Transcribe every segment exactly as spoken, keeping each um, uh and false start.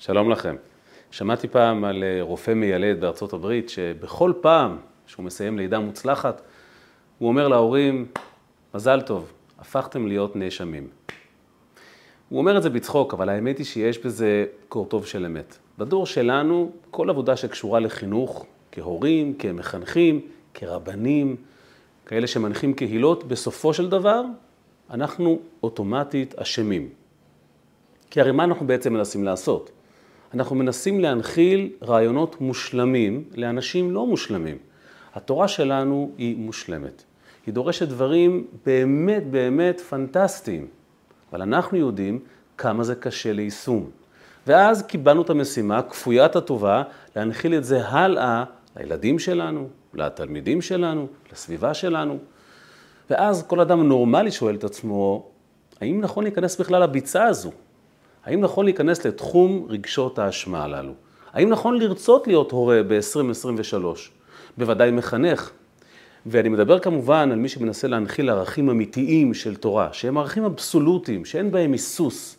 שלום לכם. שמעתי פעם על רופא מיילד בארצות הברית, שבכל פעם שהוא מסיים לידה מוצלחת, הוא אומר להורים, מזל טוב, הפכתם להיות נאשמים. הוא אומר את זה בצחוק, אבל האמת היא שיש בזה קור טוב של אמת. בדור שלנו, כל עבודה שקשורה לחינוך, כהורים, כמחנכים, כרבנים, כאלה שמנחים קהילות, בסופו של דבר, אנחנו אוטומטית אשמים. כי הרי מה אנחנו בעצם מנסים לעשות? אנחנו מנסים להנחיל רעיונות מושלמים לאנשים לא מושלמים. התורה שלנו היא מושלמת. היא דורשת דברים באמת באמת פנטסטיים. אבל אנחנו יודעים כמה זה קשה ליישום. ואז קיבלנו את המשימה, כפוית הטובה, להנחיל את זה הלאה לילדים שלנו, לתלמידים שלנו, לסביבה שלנו. ואז כל אדם נורמלי שואל את עצמו, האם נכון להיכנס בכלל לביצה הזו? האם נכון להיכנס לתחום רגשות האשמה הללו? האם נכון לרצות להיות הורה ב-עשרים עשרים ושלוש? בוודאי מחנך. ואני מדבר כמובן על מי שמנסה להנחיל ערכים אמיתיים של תורה, שהם ערכים אבסולוטיים, שאין בהם היסוס.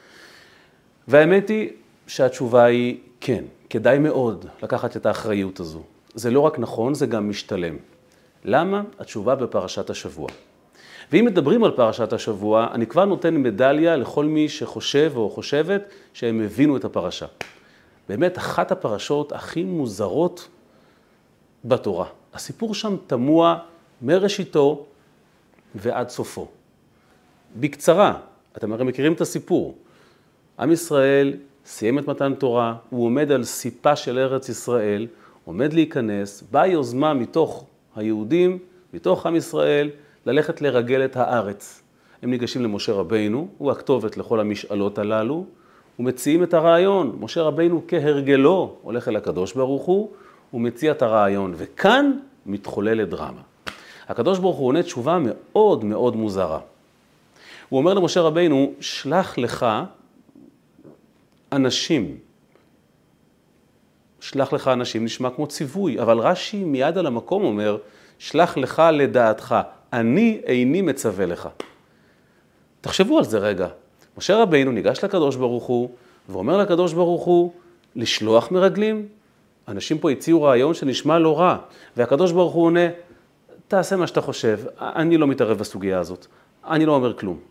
והאמת היא שהתשובה היא כן, כדאי מאוד לקחת את האחריות הזו. זה לא רק נכון, זה גם משתלם. למה? התשובה בפרשת השבוע. ואם מדברים על פרשת השבוע, אני כבר נותן מדליה לכל מי שחושב או חושבת שהם הבינו את הפרשה. באמת, אחת הפרשות הכי מוזרות בתורה. הסיפור שם תמוה מראשיתו ועד סופו. בקצרה, אתם הרי מכירים את הסיפור. עם ישראל סיים את מתן תורה, הוא עומד על סיפה של ארץ ישראל, עומד להיכנס, באה יוזמה מתוך היהודים, מתוך עם ישראל, ללכת לרגל את הארץ. הם ניגשים למשה רבינו, הוא הכתובת לכל המשאלות הללו, ומציעים את הרעיון. משה רבינו כהרגלו הולך אל הקדוש ברוך הוא, הוא מציע את הרעיון, וכאן מתחוללת דרמה. הקדוש ברוך הוא עונה תשובה מאוד מאוד מוזרה. הוא אומר למשה רבינו, שלח לך אנשים. שלח לך אנשים נשמע כמו ציווי, אבל רש"י מיד על המקום אומר, שלח לך לדעתך, אני איני מצווה לך. תחשבו על זה רגע. משה רבינו ניגש לקדוש ברוך הוא, ואומר לקדוש ברוך הוא, לשלוח מרגלים? אנשים פה הציעו רעיון שנשמע לא רע, והקדוש ברוך הוא עונה, תעשה מה שאתה חושב, אני לא מתערב בסוגיה הזאת, אני לא אומר כלום.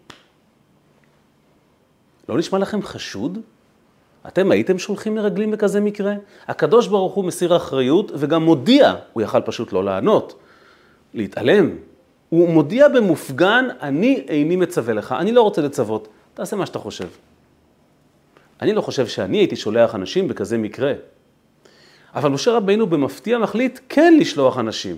לא נשמע לכם חשוד? אתם הייתם שולחים מרגלים בכזה מקרה? הקדוש ברוך הוא מסיר אחריות וגם מודיע, הוא יכל פשוט לא לענות, להתעלם. הוא מודיע במופגן, אני איני מצווה לך, אני לא רוצה לצוות, תעשה מה שאתה חושב. אני לא חושב שאני הייתי שולח אנשים בכזה מקרה. אבל משה רבינו במפתיע מחליט כן לשלוח אנשים.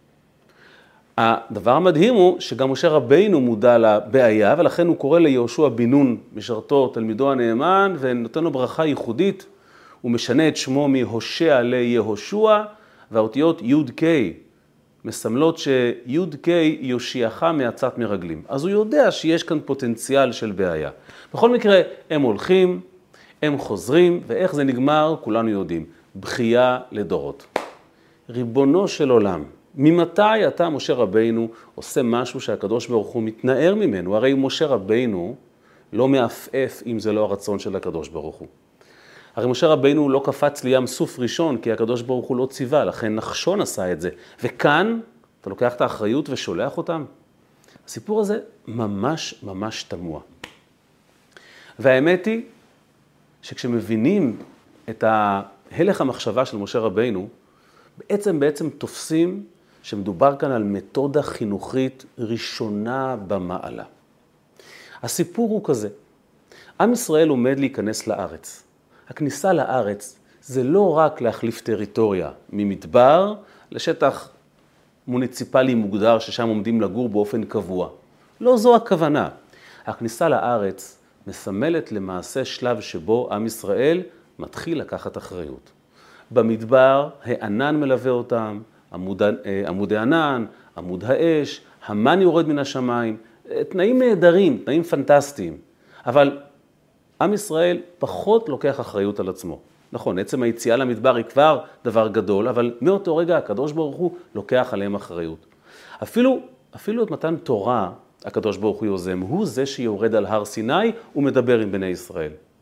הדבר המדהים הוא שגם משה רבינו מודע לבעיה, ולכן הוא קורא ליהושע בן נון, משרתו, תלמידו הנאמן, ונותן לו ברכה ייחודית. הוא משנה את שמו מהושע ליהושע, והאותיות י' ק' מסמלות שי' ק' יושיעך מעצת מרגלים. אז הוא יודע שיש כאן פוטנציאל של בעיה. בכל מקרה, הם הולכים, הם חוזרים, ואיך זה נגמר, כולנו יודעים. בכייה לדורות. ריבונו של עולם, ממתי אתה, משה רבינו, עושה משהו שהקדוש ברוך הוא מתנער ממנו? הרי משה רבינו לא מאפף אם זה לא הרצון של הקדוש ברוך הוא. הרי משה רבינו לא קפץ לים סוף ראשון, כי הקדוש ברוך הוא לא ציווה, לכן נחשון עשה את זה. וכאן אתה לוקח את האחריות ושולח אותם. הסיפור הזה ממש ממש תמוה. והאמת היא שכשמבינים את הלך המחשבה של משה רבינו, בעצם בעצם תופסים שמדובר כאן על מתודה חינוכית ראשונה במעלה. הסיפור הוא כזה, עם ישראל עומד להיכנס לארץ. הכניסה לארץ זה לא רק להחליף טריטוריה ממדבר לשטח מוניציפלי מוגדר ששם עומדים לגור באופן קבוע. לא זו הכוונה. הכניסה לארץ מסמלת למעשה שלב שבו עם ישראל מתחיל לקחת אחריות. במדבר הענן מלווה אותם, עמוד, עמודי ענן, עמוד האש, המן יורד מן השמיים, תנאים נהדרים, תנאים פנטסטיים. אבל עם ישראל פחות לוקח אחריות על עצמו. נכון, עצם היציאה למדבר היא כבר דבר גדול, אבל מאותו רגע הקדוש ברוך הוא לוקח עליהם אחריות. אפילו, אפילו את מתן תורה, הקדוש ברוך הוא יוזם, הוא זה שיורד על הר סיני ומדבר עם בני ישראל.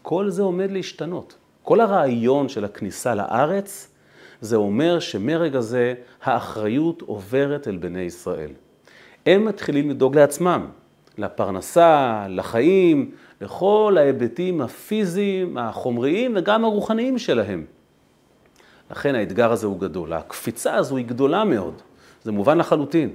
כל זה עומד להשתנות. כל הרעיון של הכניסה לארץ, זה אומר שמרגע זה האחריות עוברת אל בני ישראל. הם מתחילים לדאוג לעצמם, לפרנסה, לחיים, לכל ההיבטים הפיזיים, החומריים וגם הרוחניים שלהם. לכן האתגר הזה הוא גדול, הקפיצה הזו היא גדולה מאוד, זה מובן לחלוטין.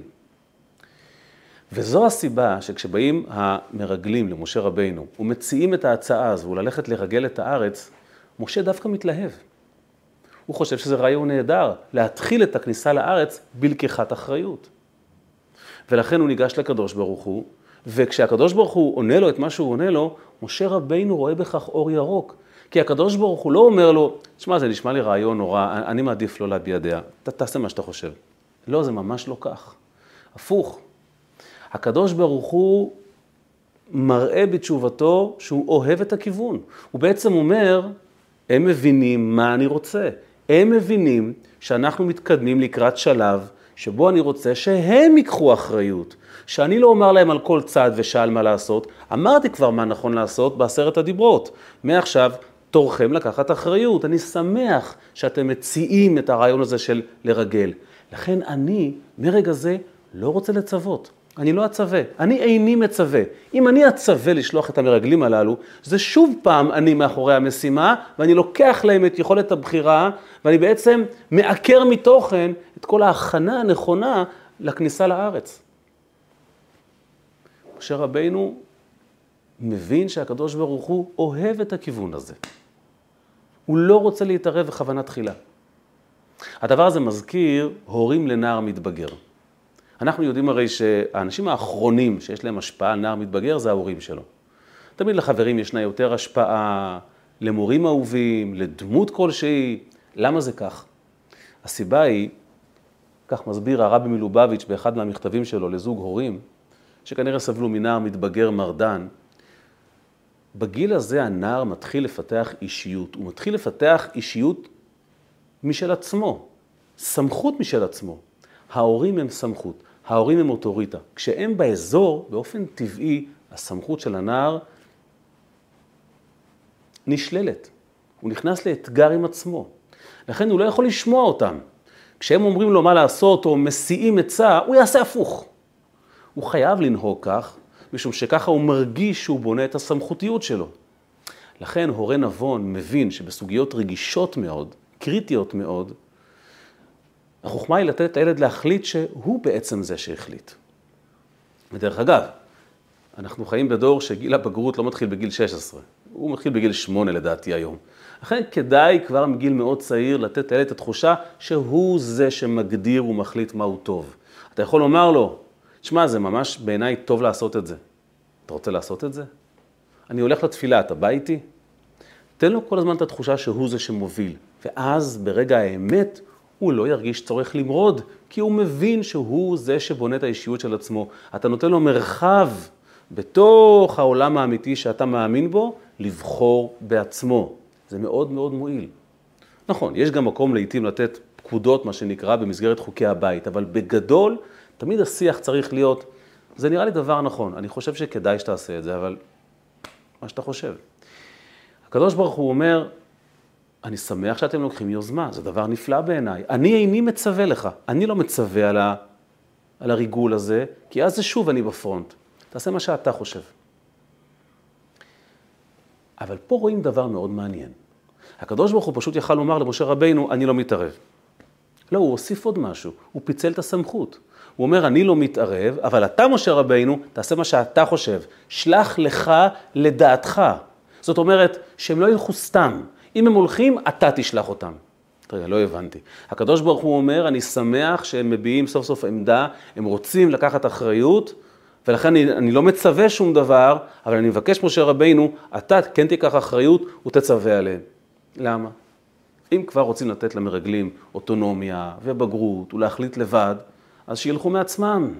וזו הסיבה שכשבאים המרגלים למשה רבינו ומציעים את ההצעה הזו וללכת לרגל את הארץ, משה דווקא מתלהב. הוא חושב שזה רעיון נהדר, להתחיל את הכניסה לארץ בלקיחת אחריות. ולכן הוא ניגש לקדוש ברוך הוא, וכשהקדוש ברוך הוא עונה לו את מה שהוא עונה לו, משה רבינו רואה בכך אור ירוק. כי הקדוש ברוך הוא לא אומר לו, תשמע, זה נשמע לי רעיון נורא, אני מעדיף לא להביע דעה, ת, תעשה מה שאתה חושב. לא, זה ממש לא כך. הפוך. הקדוש ברוך הוא מראה בתשובתו שהוא אוהב את הכיוון. הוא בעצם אומר, הם מבינים מה אני רוצה. הם מבינים שאנחנו מתקדמים לקראת שלב שבו אני רוצה שהם ייקחו אחריות. שאני לא אומר להם על כל צד ושאל מה לעשות, אמרתי כבר מה נכון לעשות בעשרת הדיברות. מעכשיו תורכם לקחת אחריות. אני שמח שאתם מציעים את הרעיון הזה של לרגל. לכן אני מרגע זה לא רוצה לצוות. אני לא אצווה, אני איני מצווה. אם אני אצווה לשלוח את המרגלים הללו, זה שוב פעם אני מאחורי המשימה, ואני לוקח להם את יכולת הבחירה, ואני בעצם מעקר מתוכן את כל ההכנה הנכונה לכניסה לארץ. משה רבינו מבין שהקדוש ברוך הוא אוהב את הכיוון הזה. הוא לא רוצה להתערב בכוונה תחילה. הדבר הזה מזכיר הורים לנער מתבגר. אנחנו יודעים הרי שהאנשים האחרונים שיש להם השפעה על נער מתבגר זה ההורים שלו. תמיד לחברים ישנה יותר השפעה, למורים אהובים, לדמות כלשהי. למה זה כך? הסיבה היא, כך מסביר הרבי מלובביץ' באחד מהמכתבים שלו לזוג הורים, שכנראה סבלו מנער מתבגר מרדן. בגיל הזה הנער מתחיל לפתח אישיות, הוא מתחיל לפתח אישיות משל עצמו, סמכות משל עצמו. ההורים הם סמכות, ההורים הם אוטוריטה. כשהם באזור, באופן טבעי, הסמכות של הנער נשללת. הוא נכנס לאתגר עם עצמו. לכן הוא לא יכול לשמוע אותם. כשהם אומרים לו מה לעשות או מסיעים עצה, הוא יעשה הפוך. הוא חייב לנהוג כך, משום שככה הוא מרגיש שהוא בונה את הסמכותיות שלו. לכן הורה נבון מבין שבסוגיות רגישות מאוד, קריטיות מאוד, החוכמה היא לתת לילד להחליט שהוא בעצם זה שהחליט. ודרך אגב, אנחנו חיים בדור שגיל הבגרות לא מתחיל בגיל שש עשרה, הוא מתחיל בגיל שמונה לדעתי היום. לכן כדאי כבר מגיל מאוד צעיר לתת לילד את התחושה שהוא זה שמגדיר ומחליט מהו טוב. אתה יכול לומר לו, תשמע, זה ממש בעיניי טוב לעשות את זה. אתה רוצה לעשות את זה? אני הולך לתפילה, אתה בא איתי? תן לו כל הזמן את התחושה שהוא זה שמוביל, ואז ברגע האמת הוא לא ירגיש צורך למרוד, כי הוא מבין שהוא זה שבונה את האישיות של עצמו. אתה נותן לו מרחב בתוך העולם האמיתי שאתה מאמין בו, לבחור בעצמו. זה מאוד מאוד מועיל. נכון, יש גם מקום לעתים לתת פקודות, מה שנקרא, במסגרת חוקי הבית, אבל בגדול, תמיד השיח צריך להיות, זה נראה לי דבר נכון, אני חושב שכדאי שתעשה את זה, אבל מה שאתה חושב. הקדוש ברוך הוא אומר, אני שמח שאתם לוקחים יוזמה, זה דבר נפלא בעיניי. אני איני מצווה לך, אני לא מצווה על, ה, על הריגול הזה, כי אז זה שוב אני בפרונט. תעשה מה שאתה חושב. אבל פה רואים דבר מאוד מעניין. הקדוש ברוך הוא פשוט יכל לומר למשה רבינו, אני לא מתערב. לא, הוא הוסיף עוד משהו, הוא פיצל את הסמכות. הוא אומר, אני לא מתערב, אבל אתה משה רבינו, תעשה מה שאתה חושב. שלח לך לדעתך. זאת אומרת, שהם לא ילכו סתם. אם הם הולכים, אתה תשלח אותם. רגע, לא הבנתי. הקדוש ברוך הוא אומר, אני שמח שהם מביעים סוף סוף עמדה, הם רוצים לקחת אחריות, ולכן אני, אני לא מצווה שום דבר, אבל אני מבקש משה רבינו, אתה כן תיקח אחריות ותצווה עליהם. למה? אם כבר רוצים לתת למרגלים אוטונומיה ובגרות ולהחליט לבד, אז שילכו מעצמם.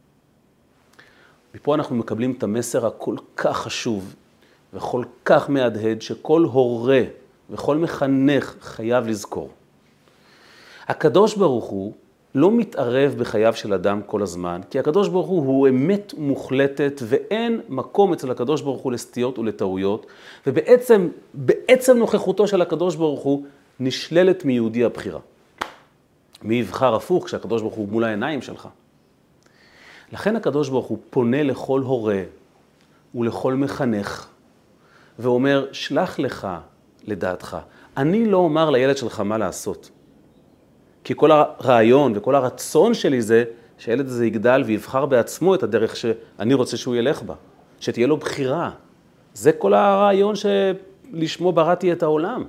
מפה אנחנו מקבלים את המסר הכל כך חשוב וכל כך מהדהד שכל הורה וכל מחנך חייב לזכור. הקדוש ברוך הוא לא מתערב בחייו של אדם כל הזמן, כי הקדוש ברוך הוא הוא אמת מוחלטת, ואין מקום אצל הקדוש ברוך הוא לסטיות ולטעויות, ובעצם, בעצם נוכחותו של הקדוש ברוך הוא נשללת מיהודי הבחירה. מי יבחר הפוך כשהקדוש ברוך הוא מול העיניים שלך? לכן הקדוש ברוך הוא פונה לכל הורה ולכל מחנך, ואומר, שלח לך לדעתך. אני לא אומר לילד שלך מה לעשות. כי כל הרעיון וכל הרצון שלי זה שהילד הזה יגדל ויבחר בעצמו את הדרך שאני רוצה שהוא ילך בה. שתהיה לו בחירה. זה כל הרעיון שלשמו בראתי את העולם.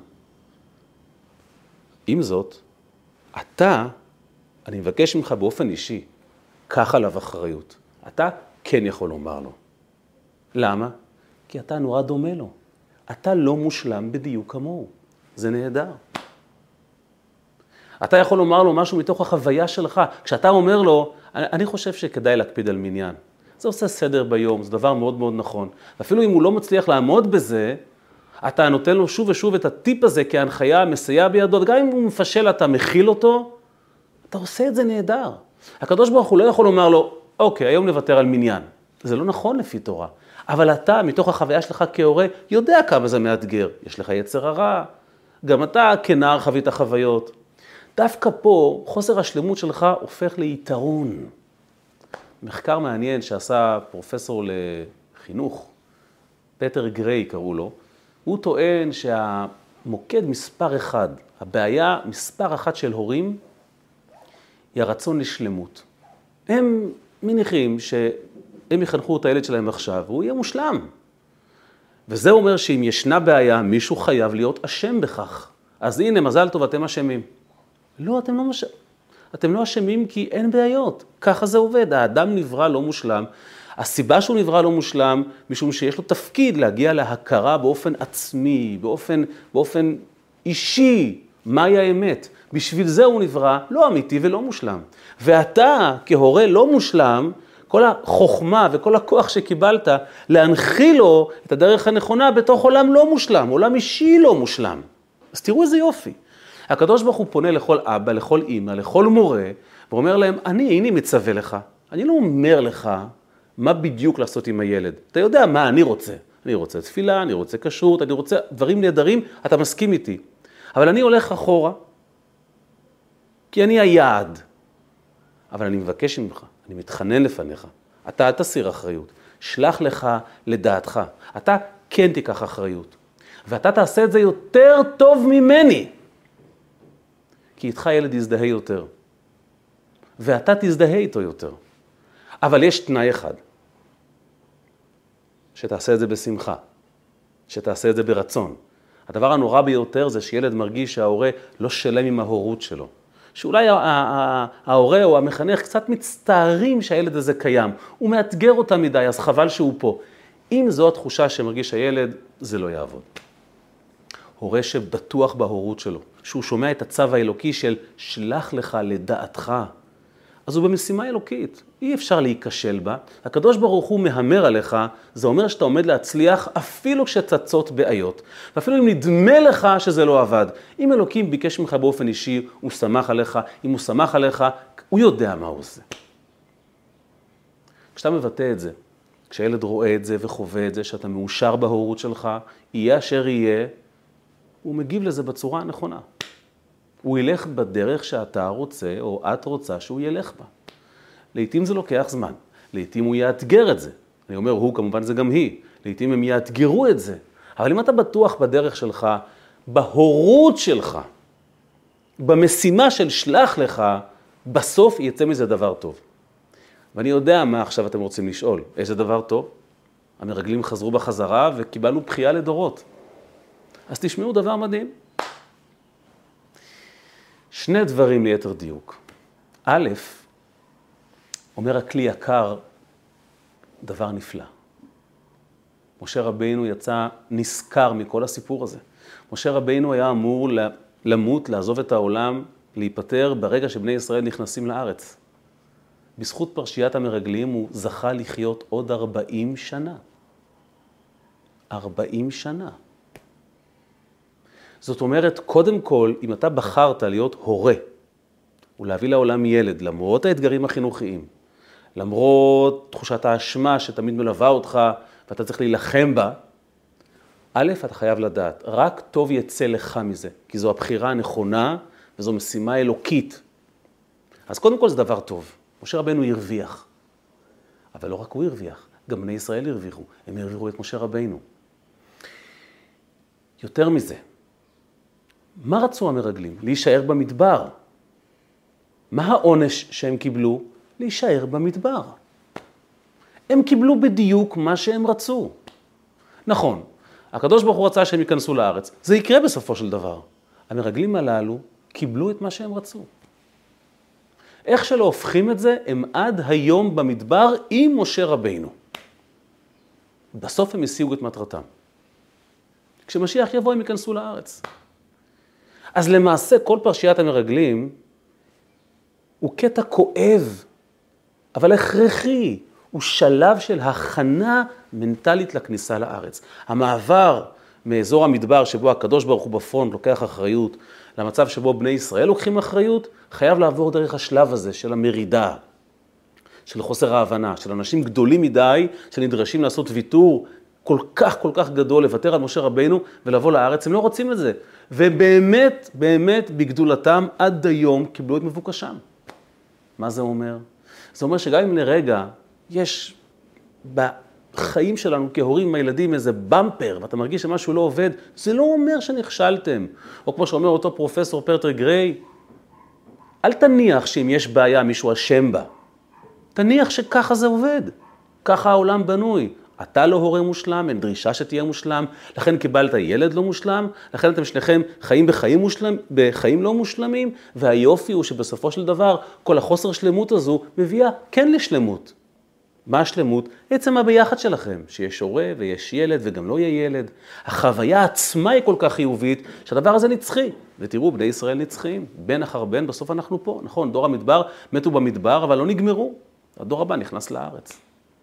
עם זאת, אתה, אני מבקש ממך באופן אישי, קח עליו אחריות. אתה כן יכול לומר לו. למה? כי אתה נורא דומה לו. אתה לא מושלם בדיוק כמוהו. זה נהדר. אתה יכול לומר לו משהו מתוך החוויה שלך. כשאתה אומר לו, אני חושב שכדאי להקפיד על מניין. זה עושה סדר ביום, זה דבר מאוד מאוד נכון. אפילו אם הוא לא מצליח לעמוד בזה, אתה נותן לו שוב ושוב את הטיפ הזה כהנחיה, מסייע בידו, גם אם הוא מפשל, אתה מכיל אותו, אתה עושה את זה נהדר. הקדוש ברוך הוא לא יכול לומר לו, אוקיי, היום נוותר על מניין. זה לא נכון לפי תורה. אבל אתה, מתוך החוויה שלך כהורה, יודע כמה זה מאתגר. יש לך יצר הרע, גם אתה כנער חווית החוויות. דווקא פה, חוסר השלמות שלך הופך ליתרון. מחקר מעניין שעשה פרופסור לחינוך, פטר גריי קראו לו, הוא טוען שהמוקד מספר אחד, הבעיה מספר אחת של הורים, היא הרצון לשלמות. הם מניחים שהם יחנכו את הילד שלהם עכשיו, והוא יהיה מושלם. וזה אומר שאם ישנה בעיה, מישהו חייב להיות אשם בכך. אז הנה, מזל טוב, אתם אשמים. לא, אתם לא מש... אתם לא אשמים כי אין בעיות. ככה זה עובד. האדם נברא לא מושלם. הסיבה שהוא נברא לא מושלם, משום שיש לו תפקיד להגיע להכרה באופן עצמי, באופן, באופן אישי, מהי האמת. בשביל זה הוא נברא לא אמיתי ולא מושלם. ואתה, כהורה לא מושלם, כל החוכמה וכל הכוח שקיבלת, להנחיל לו את הדרך הנכונה בתוך עולם לא מושלם, עולם אישי לא מושלם. אז תראו איזה יופי. הקדוש ברוך הוא פונה לכל אבא, לכל אמא, לכל מורה, ואומר להם, אני איני מצווה לך. אני לא אומר לך מה בדיוק לעשות עם הילד. אתה יודע מה אני רוצה. אני רוצה תפילה, אני רוצה כשרות, אני רוצה דברים נהדרים, אתה מסכים איתי. אבל אני הולך אחורה, כי אני היעד. אבל אני מבקש ממך, אני מתחנן לפניך. אתה אל תסיר אחריות. שלח לך לדעתך. אתה כן תיקח אחריות. ואתה תעשה את זה יותר טוב ממני. כי איתך ילד יזדהה יותר. ואתה תזדהה איתו יותר. אבל יש תנאי אחד. שתעשה את זה בשמחה. שתעשה את זה ברצון. הדבר הנורא ביותר זה שילד מרגיש שההורה לא שלם עם ההורות שלו. שאולי ההורה או המחנך קצת מצטערים שהילד הזה קיים. הוא מאתגר אותה מדי, אז חבל שהוא פה. אם זו התחושה שמרגיש הילד, זה לא יעבוד. הורה שבטוח בהורות שלו, שהוא שומע את הצו האלוקי של שלח לך לדעתך, אז הוא במשימה אלוקית. אי אפשר להיכשל בה. הקדוש ברוך הוא מהמר עליך, זה אומר שאתה עומד להצליח אפילו כשצצות בעיות. ואפילו אם נדמה לך שזה לא עבד. אם אלוקים ביקש ממך באופן אישי, הוא שמח עליך. אם הוא שמח עליך, הוא יודע מה הוא עושה. כשאתה מבטא את זה, כשהילד רואה את זה וחווה את זה, שאתה מאושר בהורות שלך, יהיה אשר יהיה, הוא מגיב לזה בצורה הנכונה. הוא ילך בדרך שאתה רוצה או את רוצה שהוא ילך בה. לעתים זה לוקח זמן. לעתים הוא יאתגר את זה. אני אומר, הוא כמובן זה גם היא. לעתים הם יאתגרו את זה. אבל אם אתה בטוח בדרך שלך, בהורות שלך, במשימה של שלח לך, בסוף יצא מזה דבר טוב. ואני יודע מה עכשיו אתם רוצים לשאול. איזה דבר טוב? המרגלים חזרו בחזרה וקיבלנו בחייה לדורות. אז תשמעו דבר מדהים. שני דברים ליתר דיוק. א', אומר הכלי יקר, דבר נפלא. משה רבינו יצא נזכר מכל הסיפור הזה. משה רבינו היה אמור למות, לעזוב את העולם, להיפטר ברגע שבני ישראל נכנסים לארץ. בזכות פרשיית המרגלים הוא זכה לחיות עוד ארבעים שנה. ארבעים שנה. זאת אומרת, קודם כל, אם אתה בחרת להיות הורה, ולהביא לעולם ילד, למרות האתגרים החינוכיים, למרות תחושת האשמה שתמיד מלווה אותך ואתה צריך להילחם בה, א', אתה חייב לדעת, רק טוב יצא לך מזה, כי זו הבחירה הנכונה וזו משימה אלוקית. אז קודם כל זה דבר טוב, משה רבנו הרוויח. אבל לא רק הוא הרוויח, גם בני ישראל הרוויחו, הם הרוויחו את משה רבנו. יותר מזה, מה רצו המרגלים? להישאר במדבר. מה העונש שהם קיבלו? להישאר במדבר. הם קיבלו בדיוק מה שהם רצו. נכון, הקדוש ברוך הוא רצה שהם ייכנסו לארץ. זה יקרה בסופו של דבר. המרגלים הללו קיבלו את מה שהם רצו. איך שלא הופכים את זה, הם עד היום במדבר עם משה רבינו. בסוף הם השיגו את מטרתם. כשמשיח יבוא הם ייכנסו לארץ. אז למעשה כל פרשיית המרגלים הוא קטע כואב, אבל הכרחי. הוא שלב של הכנה מנטלית לכניסה לארץ. המעבר מאזור המדבר שבו הקדוש ברוך הוא בפרונט לוקח אחריות, למצב שבו בני ישראל לוקחים אחריות, חייב לעבור דרך השלב הזה של המרידה, של חוסר ההבנה, של אנשים גדולים מדי שנדרשים לעשות ויתור כל כך כל כך גדול, לוותר על משה רבינו ולבוא לארץ. הם לא רוצים את זה. ובאמת, באמת בגדולתם עד היום קיבלו את מבוקשם. מה זה אומר? זה אומר שגם אם לרגע יש בחיים שלנו כהורים עם הילדים איזה במפר, ואתה מרגיש שמשהו לא עובד, זה לא אומר שנכשלתם. או כמו שאומר אותו פרופסור פרטר גריי, אל תניח שאם יש בעיה מישהו אשם בה. תניח שככה זה עובד. ככה העולם בנוי. אתה לא הורה מושלם, אין דרישה שתהיה מושלם, לכן קיבלת ילד לא מושלם, לכן אתם שניכם חיים בחיים, מושלם, בחיים לא מושלמים, והיופי הוא שבסופו של דבר כל החוסר שלמות הזו מביאה כן לשלמות. מה השלמות? עצם הביחד שלכם, שיש הורה ויש ילד וגם לא יהיה ילד. החוויה עצמה היא כל כך חיובית שהדבר הזה נצחי. ותראו, בני ישראל נצחיים, בן אחר בן, בסוף אנחנו פה. נכון, דור המדבר מתו במדבר, אבל לא נגמרו. הדור הבא נכנס לארץ.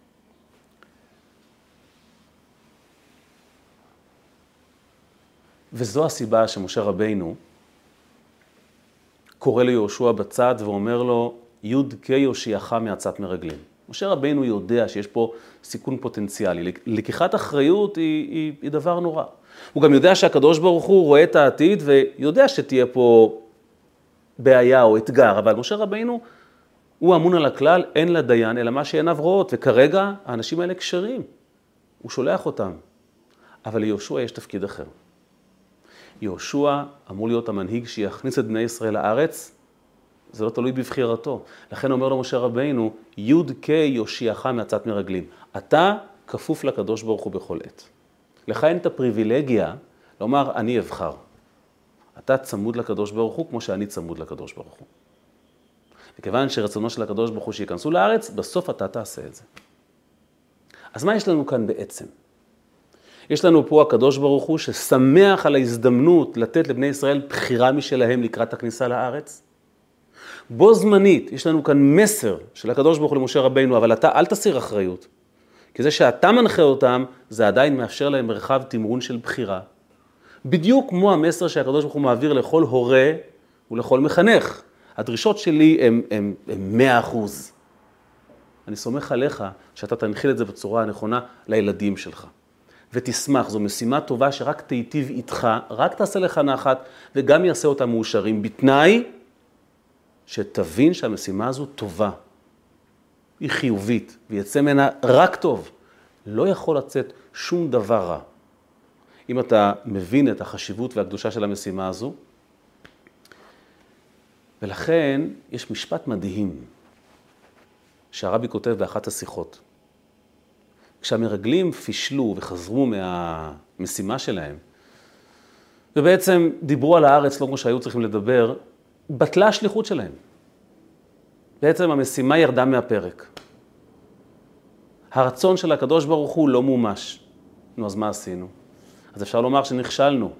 וזו הסיבה שמשה רבינו קורא ליהושע בצד ואומר לו, יוד קי יושיעך מעצת מרגלים. משה רבינו יודע שיש פה סיכון פוטנציאלי. לקיחת אחריות היא, היא, היא דבר נורא. הוא גם יודע שהקדוש ברוך הוא רואה את העתיד ויודע שתהיה פה בעיה או אתגר, אבל משה רבינו הוא אמון על הכלל, אין לדיין אלא מה שעיניו רואות, וכרגע האנשים האלה קשרים. הוא שולח אותם. אבל ליהושע יש תפקיד אחר. יהושע אמור להיות המנהיג שיכניס את בני ישראל לארץ, זה לא תלוי בבחירתו. לכן אומר לו משה רבינו, יוד קי יושיעך מעצת מרגלים. אתה כפוף לקדוש ברוך הוא בכל עת. לך אין את הפריבילגיה לומר, אני אבחר. אתה צמוד לקדוש ברוך הוא כמו שאני צמוד לקדוש ברוך הוא. וכיוון שרצונו של הקדוש ברוך הוא שיכנסו לארץ, בסוף אתה תעשה את זה. אז מה יש לנו כאן בעצם? יש לנו פה הקדוש ברוך הוא ששמח על ההזדמנות לתת לבני ישראל בחירה משלהם לקראת הכניסה לארץ. בו זמנית יש לנו כאן מסר של הקדוש ברוך הוא למשה רבינו, אבל אתה אל תסיר אחריות. כי זה שאתה מנחה אותם, זה עדיין מאפשר להם מרחב תמרון של בחירה. בדיוק כמו המסר שהקדוש ברוך הוא מעביר לכל הורה ולכל מחנך. הדרישות שלי הן, הן, הן מאה אחוז. אני סומך עליך שאתה תנחיל את זה בצורה הנכונה לילדים שלך. ותשמח, זו משימה טובה שרק תיטיב איתך, רק תעשה לך נחת, וגם יעשה אותם מאושרים, בתנאי שתבין שהמשימה הזו טובה, היא חיובית, ויצא ממנה רק טוב. לא יכול לצאת שום דבר רע. אם אתה מבין את החשיבות והקדושה של המשימה הזו, ולכן יש משפט מדהים שהרבי כותב באחת השיחות. כשהמרגלים פישלו וחזרו מהמשימה שלהם, ובעצם דיברו על הארץ לא כמו שהיו צריכים לדבר, בטלה השליחות שלהם. בעצם המשימה ירדה מהפרק. הרצון של הקדוש ברוך הוא לא מומש. נו, אז מה עשינו? אז אפשר לומר שנכשלנו.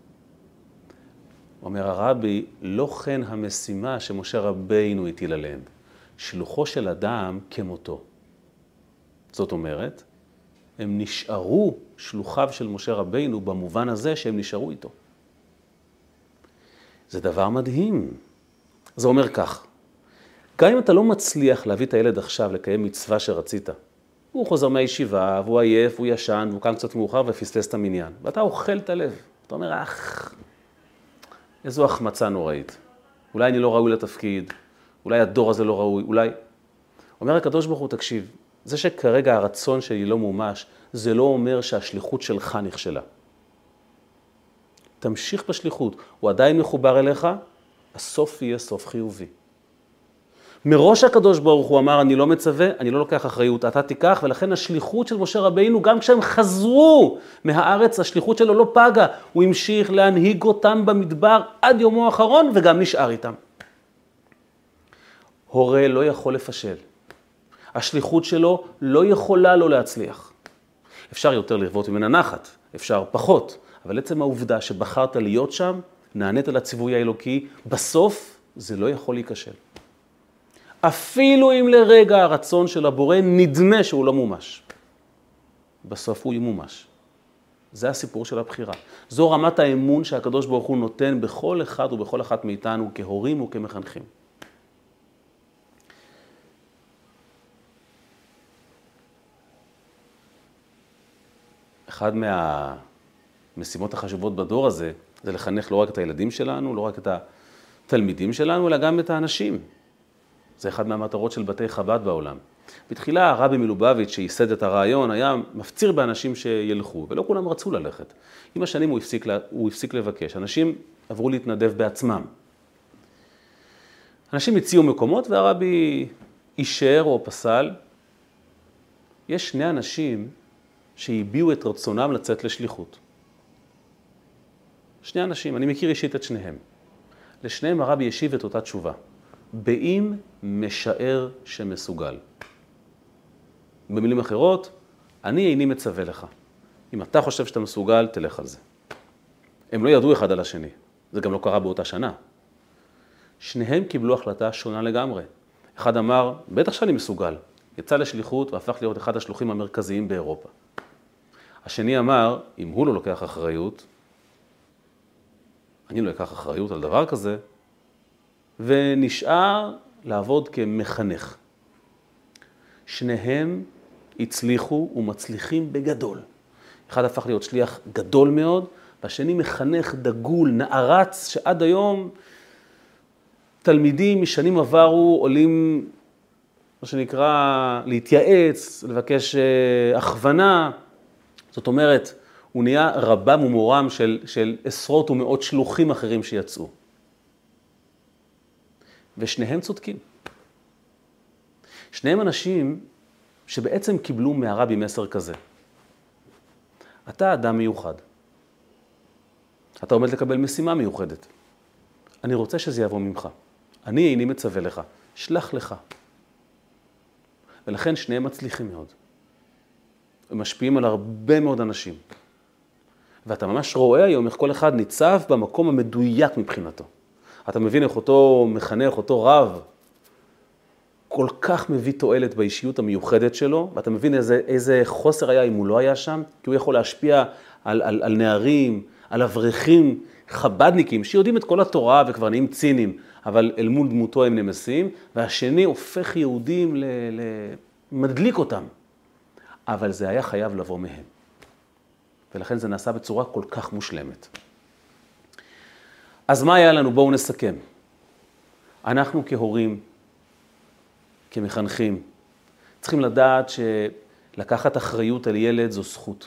אומר הרבי, לא כן המשימה שמשה רבינו הטיל עליהם. שלוחו של אדם כמותו. זאת אומרת, הם נשארו שלוחיו של משה רבינו במובן הזה שהם נשארו איתו. זה דבר מדהים. זה אומר כך, גם אם אתה לא מצליח להביא את הילד עכשיו לקיים מצווה שרצית, הוא חוזר מהישיבה, והוא עייף, הוא ישן, והוא קם קצת מאוחר ופספס את המניין. ואתה אוכל את הלב. אתה אומר, אך, איזו החמצה נוראית. אולי אני לא ראוי לתפקיד, אולי הדור הזה לא ראוי, אולי... אומר הקדוש ברוך הוא, תקשיב, זה שכרגע הרצון שלי לא מומש, זה לא אומר שהשליחות שלך נכשלה. תמשיך בשליחות, הוא עדיין מחובר אליך, הסוף יהיה סוף חיובי. מראש הקדוש ברוך הוא אמר, אני לא מצווה, אני לא לוקח אחריות, אתה תיקח, ולכן השליחות של משה רבינו, גם כשהם חזרו מהארץ, השליחות שלו לא פגה, הוא המשיך להנהיג אותם במדבר עד יומו האחרון, וגם נשאר איתם. הורה לא יכול לפשל. השליחות שלו לא יכולה לא להצליח. אפשר יותר לרבות ממנה נחת, אפשר פחות, אבל עצם העובדה שבחרת להיות שם, נענית לציווי האלוקי, בסוף זה לא יכול להיכשל. אפילו אם לרגע הרצון של הבורא נדמה שהוא לא מומש. בסוף הוא ימומש. זה הסיפור של הבחירה. זו רמת האמון שהקדוש ברוך הוא נותן בכל אחד ובכל אחת מאיתנו כהורים וכמחנכים. אחד מהמשימות החשובות בדור הזה, זה לחנך לא רק את הילדים שלנו, לא רק את התלמידים שלנו, אלא גם את האנשים. זה אחד מהמטרות של בתי חב"ד בעולם. בתחילה הרבי מלובביץ' שייסד את הרעיון היה מפציר באנשים שילכו, ולא כולם רצו ללכת. עם השנים הוא הפסיק, הוא הפסיק לבקש. אנשים עברו להתנדב בעצמם. אנשים הציעו מקומות והרבי אישר או פסל. יש שני אנשים שהביעו את רצונם לצאת לשליחות. שני אנשים, אני מכיר אישית את שניהם. לשניהם הרבי ישיב את אותה תשובה. באם משער שמסוגל. במילים אחרות, אני איני מצווה לך. אם אתה חושב שאתה מסוגל, תלך על זה. הם לא ידעו אחד על השני. זה גם לא קרה באותה שנה. שניהם קיבלו החלטה שונה לגמרי. אחד אמר, בטח שאני מסוגל. יצא לשליחות והפך להיות אחד השלוחים המרכזיים באירופה. השני אמר, אם הוא לא לוקח אחריות, אני לא אקח אחריות על דבר כזה, ונשאר לעבוד כמחנך. שניהם הצליחו ומצליחים בגדול. אחד הפך להיות שליח גדול מאוד, והשני מחנך דגול, נערץ, שעד היום תלמידים משנים עברו עולים, מה שנקרא, להתייעץ, לבקש הכוונה. זאת אומרת, הוא נהיה רבם ומורם של, של עשרות ומאות שלוחים אחרים שיצאו. ושניהם צודקים. שניהם אנשים שבעצם קיבלו מהרבי מסר כזה. אתה אדם מיוחד. אתה עומד לקבל משימה מיוחדת. אני רוצה שזה יבוא ממך. אני איני מצווה לך. שלח לך. ולכן שניהם מצליחים מאוד. הם משפיעים על הרבה מאוד אנשים. ואתה ממש רואה היום איך כל אחד ניצב במקום המדויק מבחינתו. אתה מבין איך אותו מחנך, אותו רב, כל כך מביא תועלת באישיות המיוחדת שלו, ואתה מבין איזה, איזה חוסר היה אם הוא לא היה שם, כי הוא יכול להשפיע על, על, על נערים, על אברכים, חבדניקים, שיודעים את כל התורה וכבר נהיים צינים, אבל אל מול דמותו הם נמסים, והשני הופך יהודים, ל, ל, מדליק אותם. אבל זה היה חייב לבוא מהם. ולכן זה נעשה בצורה כל כך מושלמת. אז מה היה לנו? בואו נסכם. אנחנו כהורים, כמחנכים, צריכים לדעת שלקחת אחריות על ילד זו זכות.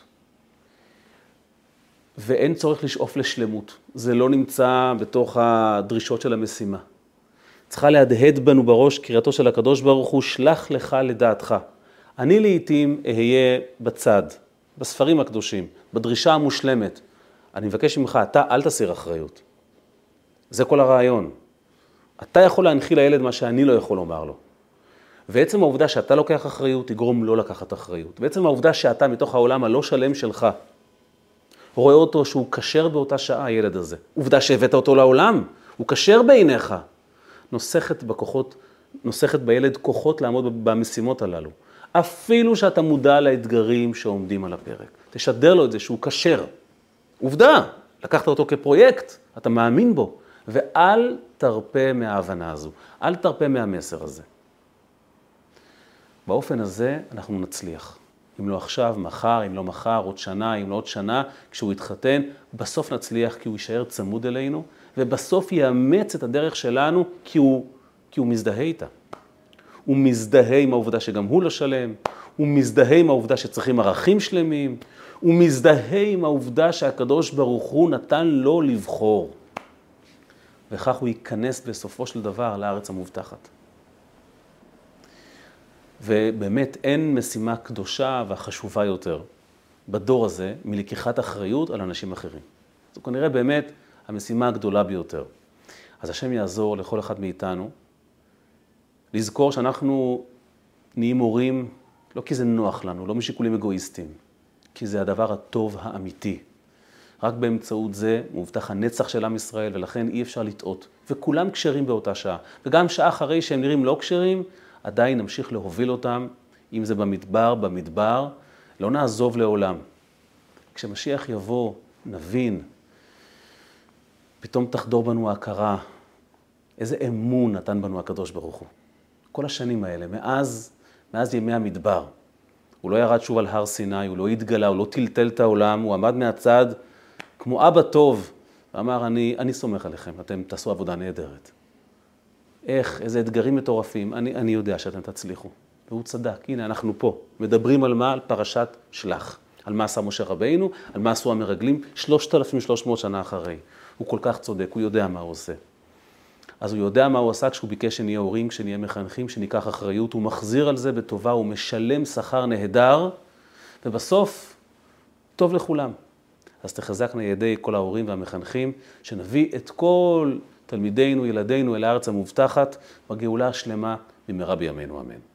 ואין צורך לשאוף לשלמות. זה לא נמצא בתוך הדרישות של המשימה. צריכה להדהד בנו בראש קריאתו של הקדוש ברוך הוא, שלח לך לדעתך. אני לעתים אהיה בצד, בספרים הקדושים, בדרישה המושלמת. אני מבקש ממך, אתה אל תסיר אחריות. זה כל הרעיון. אתה יכול להנחיל לילד מה שאני לא יכול לומר לו. ועצם העובדה שאתה לוקח אחריות, תגרום לא לקחת אחריות. ועצם העובדה שאתה מתוך העולם הלא שלם שלך, רואה אותו שהוא קשר באותה שעה, הילד הזה. עובדה שהבאת אותו לעולם, הוא קשר בעיניך. נוסחת בכוחות, נוסחת בילד כוחות לעמוד במשימות הללו. אפילו שאתה מודע לאתגרים שעומדים על הפרק. תשדר לו את זה שהוא קשר. עובדה, לקחת אותו כפרויקט, אתה מאמין בו. ואל תרפה מההבנה הזו, אל תרפה מהמסר הזה. באופן הזה אנחנו נצליח. אם לא עכשיו, מחר, אם לא מחר, עוד שנה, אם לא עוד שנה, כשהוא יתחתן, בסוף נצליח כי הוא יישאר צמוד אלינו, ובסוף יאמץ את הדרך שלנו כי הוא, כי הוא מזדהה איתה. הוא מזדהה עם העובדה שגם הוא לא שלם, הוא מזדהה עם העובדה שצריכים ערכים שלמים, הוא מזדהה עם העובדה שהקדוש ברוך הוא נתן לו לבחור. וכך הוא ייכנס בסופו של דבר לארץ המובטחת. ובאמת אין משימה קדושה והחשובה יותר בדור הזה מלקיחת אחריות על אנשים אחרים. זו כנראה באמת המשימה הגדולה ביותר. אז השם יעזור לכל אחד מאיתנו לזכור שאנחנו נהיים הורים לא כי זה נוח לנו, לא משיקולים אגואיסטיים, כי זה הדבר הטוב האמיתי. רק באמצעות זה מובטח הנצח של עם ישראל, ולכן אי אפשר לטעות. וכולם כשרים באותה שעה. וגם שעה אחרי שהם נראים לא כשרים, עדיין נמשיך להוביל אותם, אם זה במדבר, במדבר, לא נעזוב לעולם. כשמשיח יבוא, נבין, פתאום תחדור בנו ההכרה, איזה אמון נתן בנו הקדוש ברוך הוא. כל השנים האלה, מאז, מאז ימי המדבר, הוא לא ירד שוב על הר סיני, הוא לא התגלה, הוא לא טלטל את העולם, הוא עמד מהצד כמו אבא טוב, ואמר, אני, אני סומך עליכם, אתם תעשו עבודה נהדרת. איך, איזה אתגרים מטורפים, אני, אני יודע שאתם תצליחו. והוא צדק, הנה אנחנו פה, מדברים על מה? על פרשת שלח. על מה עשה משה רבינו, על מה עשו המרגלים, שלושת אלפים ושלוש מאות שנה אחרי. הוא כל כך צודק, הוא יודע מה הוא עושה. אז הוא יודע מה הוא עשה כשהוא ביקש שנהיה הורים, כשנהיה מחנכים, שניקח אחריות, הוא מחזיר על זה בטובה, הוא משלם שכר נהדר, ובסוף, טוב לכולם. אז תחזקנה ידי כל ההורים והמחנכים, שנביא את כל תלמידינו, ילדינו, אל הארץ המובטחת, בגאולה השלמה במהרה בימינו אמן.